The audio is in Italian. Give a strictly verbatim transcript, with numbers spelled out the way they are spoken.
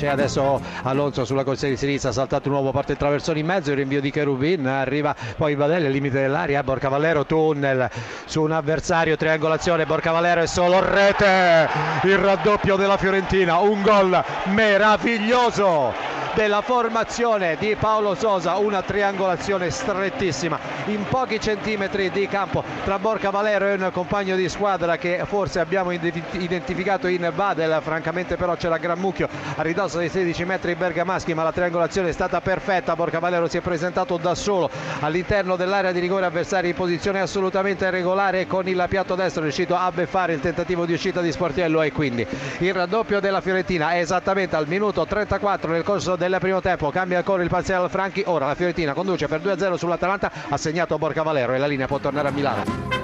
adesso Alonso sulla corsia di sinistra, saltato un uomo, parte il traversone in mezzo, il rinvio di Cherubin, arriva poi Badelli al limite dell'area, Borcavalero tunnel su un avversario, triangolazione, Borcavalero è solo rete, il raddoppio della Fiorentina, un gol meraviglioso della formazione di Paulo Sosa, una triangolazione strettissima in pochi centimetri di campo tra Borcavalero e un compagno di squadra che forse abbiamo identificato in Badel, francamente però c'era gran mucchio a ridosso dei sedici metri bergamaschi, ma la triangolazione è stata perfetta. Borcavalero si è presentato da solo all'interno dell'area di rigore avversaria in posizione assolutamente regolare, con il piatto destro è riuscito a beffare il tentativo di uscita di Sportiello e quindi il raddoppio della Fiorentina esattamente al minuto trentaquattro nel corso del primo tempo. Cambia ancora il parziale al Franchi, ora la Fiorentina conduce per due a zero sull'Atalanta, ha segnato Borcavalero e la linea può tornare a Milano.